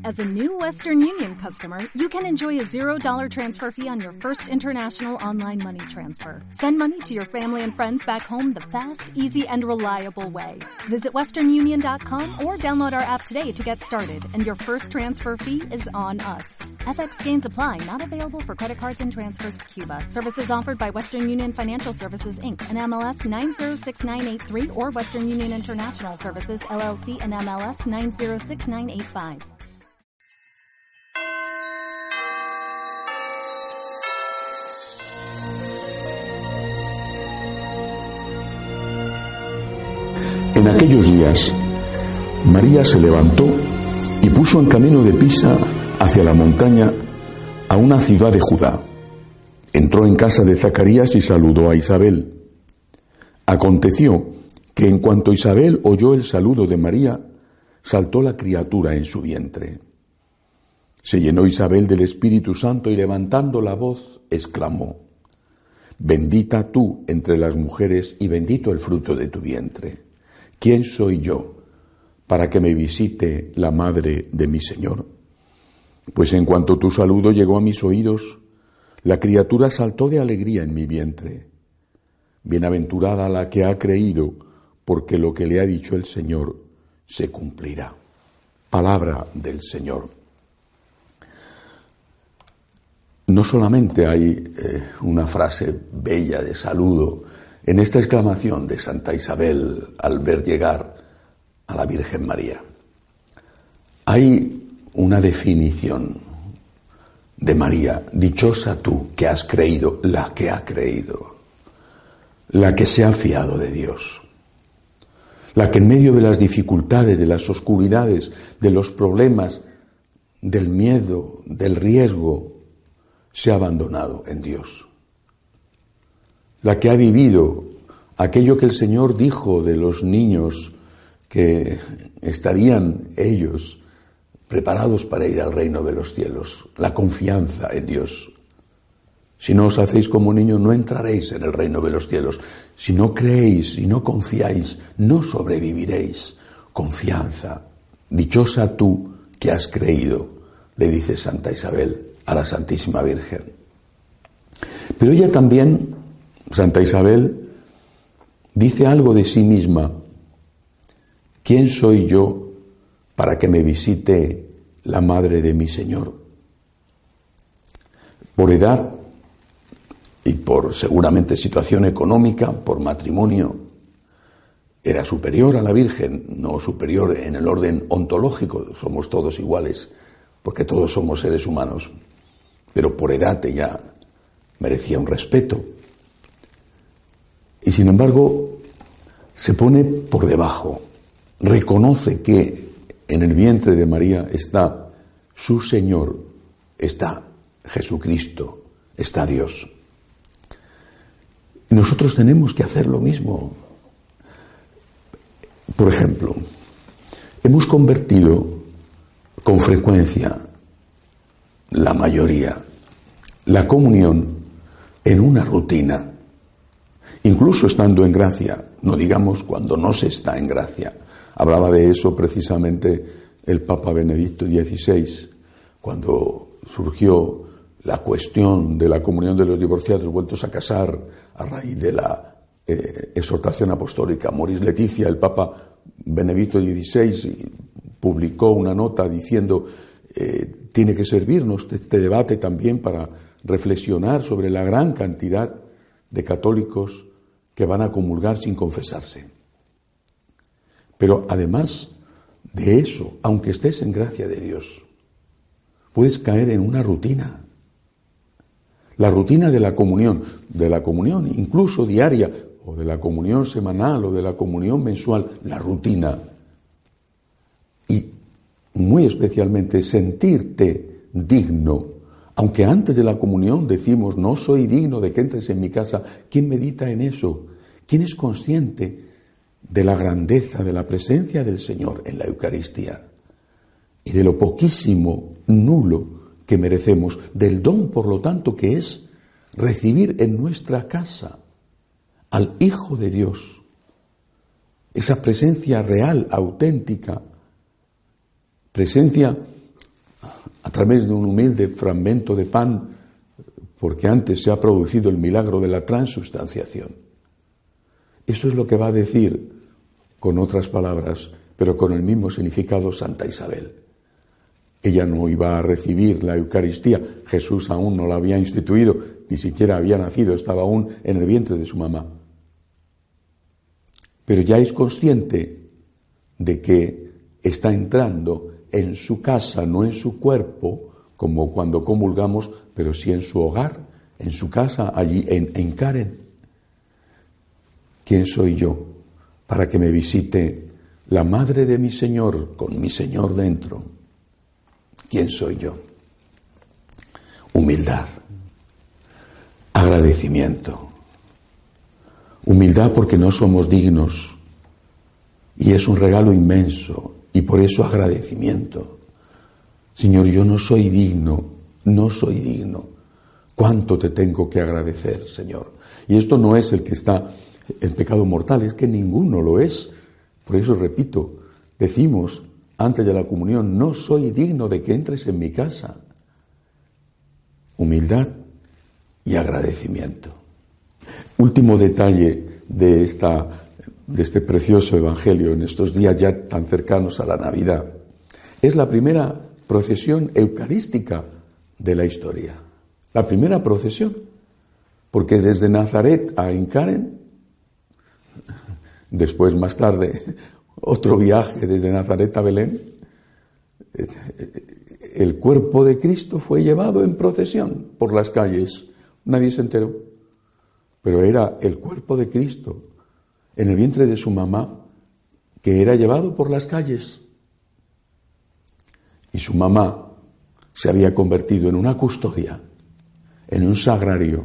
As a new Western Union customer, you can enjoy a $0 transfer fee on your first international online money transfer. Send money to your family and friends back home the fast, easy, and reliable way. Visit westernunion.com or download our app today to get started, and your first transfer fee is on us. FX gains apply, not available for credit cards and transfers to Cuba. Services offered by Western Union Financial Services, Inc., and MLS 906983, or Western Union International Services, LLC, and MLS 906985. En aquellos días, María se levantó y puso en camino de Pisa hacia la montaña a una ciudad de Judá. Entró en casa de Zacarías y saludó a Isabel. Aconteció que en cuanto Isabel oyó el saludo de María, saltó la criatura en su vientre. Se llenó Isabel del Espíritu Santo y levantando la voz, exclamó: Bendita tú entre las mujeres y bendito el fruto de tu vientre. ¿Quién soy yo para que me visite la madre de mi Señor? Pues en cuanto tu saludo llegó a mis oídos, la criatura saltó de alegría en mi vientre. Bienaventurada la que ha creído, porque lo que le ha dicho el Señor se cumplirá. Palabra del Señor. No solamente hay una frase bella de saludo en esta exclamación de Santa Isabel al ver llegar a la Virgen María. Hay una definición de María: dichosa tú que has creído, la que ha creído, la que se ha fiado de Dios, la que en medio de las dificultades, de las oscuridades, de los problemas, del miedo, del riesgo, se ha abandonado en Dios. La que ha vivido aquello que el Señor dijo de los niños, que estarían ellos preparados para ir al reino de los cielos, la confianza en Dios. Si no os hacéis como niños, no entraréis en el reino de los cielos. Si no creéis, si no confiáis, no sobreviviréis. Confianza. Dichosa tú que has creído, le dice Santa Isabel a la Santísima Virgen. Pero ella también, Santa Isabel, dice algo de sí misma. ¿Quién soy yo para que me visite la madre de mi Señor? Por edad y por seguramente situación económica, por matrimonio, era superior a la Virgen, no superior en el orden ontológico, somos todos iguales, porque todos somos seres humanos, pero por edad ella merecía un respeto. Y sin embargo, se pone por debajo, reconoce que en el vientre de María está su Señor, está Jesucristo, está Dios. Y nosotros tenemos que hacer lo mismo. Por ejemplo, hemos convertido con frecuencia, la mayoría, la comunión en una rutina. Incluso estando en gracia, no digamos cuando no se está en gracia. Hablaba de eso precisamente el Papa Benedicto XVI, cuando surgió la cuestión de la comunión de los divorciados vueltos a casar a raíz de la exhortación apostólica Moris Laetitia. El Papa Benedicto XVI publicó una nota diciendo tiene que servirnos este debate también para reflexionar sobre la gran cantidad de católicos que van a comulgar sin confesarse. Pero además de eso, aunque estés en gracia de Dios, puedes caer en una rutina. La rutina de la comunión incluso diaria, o de la comunión semanal, o de la comunión mensual, la rutina. Y muy especialmente sentirte digno. Aunque antes de la comunión decimos, no soy digno de que entres en mi casa, ¿quién medita en eso? ¿Quién es consciente de la grandeza, de la presencia del Señor en la Eucaristía? Y de lo poquísimo, nulo que merecemos, del don, por lo tanto, que es recibir en nuestra casa al Hijo de Dios, esa presencia real, auténtica, presencia a través de un humilde fragmento de pan, porque antes se ha producido el milagro de la transubstanciación. Eso es lo que va a decir, con otras palabras, pero con el mismo significado, Santa Isabel. Ella no iba a recibir la Eucaristía, Jesús aún no la había instituido, ni siquiera había nacido, estaba aún en el vientre de su mamá. Pero ya es consciente de que está entrando en su casa, no en su cuerpo, como cuando comulgamos, pero sí en su hogar, en su casa, allí en Karen. ¿Quién soy yo para que me visite la madre de mi Señor con mi Señor dentro? ¿Quién soy yo? Humildad, agradecimiento. Humildad porque no somos dignos y es un regalo inmenso, y por eso agradecimiento. Señor, yo no soy digno, no soy digno. ¿Cuánto te tengo que agradecer, Señor? Y esto no es el que está en pecado mortal, es que ninguno lo es. Por eso repito, decimos antes de la comunión, no soy digno de que entres en mi casa. Humildad y agradecimiento. Último detalle de este precioso evangelio en estos días ya tan cercanos a la Navidad. Es la primera procesión eucarística de la historia. La primera procesión. Porque desde Nazaret a Encaren, después más tarde otro viaje desde Nazaret a Belén, el cuerpo de Cristo fue llevado en procesión por las calles. Nadie se enteró, pero era el cuerpo de Cristo en el vientre de su mamá que era llevado por las calles. Y su mamá se había convertido en una custodia, en un sagrario.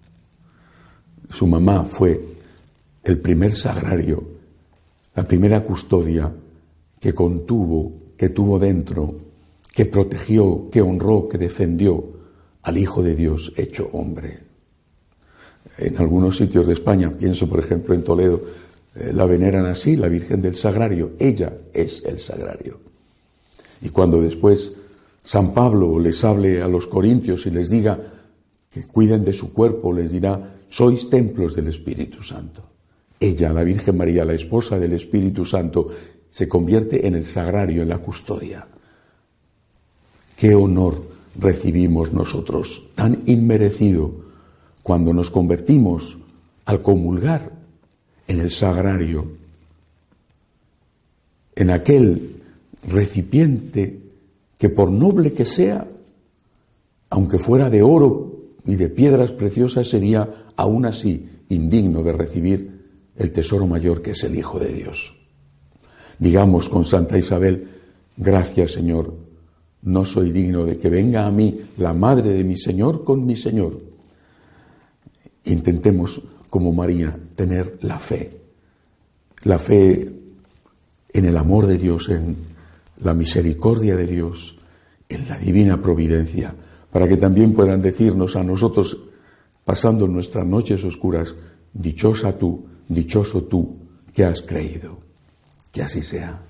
Su mamá fue el primer sagrario, la primera custodia que contuvo, que tuvo dentro, que protegió, que honró, que defendió al Hijo de Dios hecho hombre. En algunos sitios de España, pienso por ejemplo en Toledo, la veneran así, la Virgen del Sagrario. Ella es el Sagrario. Y cuando después San Pablo les hable a los corintios y les diga que cuiden de su cuerpo, les dirá, sois templos del Espíritu Santo. Ella, la Virgen María, la esposa del Espíritu Santo, se convierte en el sagrario, en la custodia. Qué honor recibimos nosotros, tan inmerecido, cuando nos convertimos al comulgar en el sagrario, en aquel recipiente que por noble que sea, aunque fuera de oro y de piedras preciosas, sería aún así indigno de recibir el tesoro mayor que es el Hijo de Dios. Digamos con Santa Isabel, gracias Señor, no soy digno de que venga a mí la madre de mi Señor con mi Señor. Intentemos, como María, tener la fe en el amor de Dios, en la misericordia de Dios, en la divina providencia, para que también puedan decirnos a nosotros, pasando nuestras noches oscuras, dichosa tú, dichoso tú que has creído. Que así sea.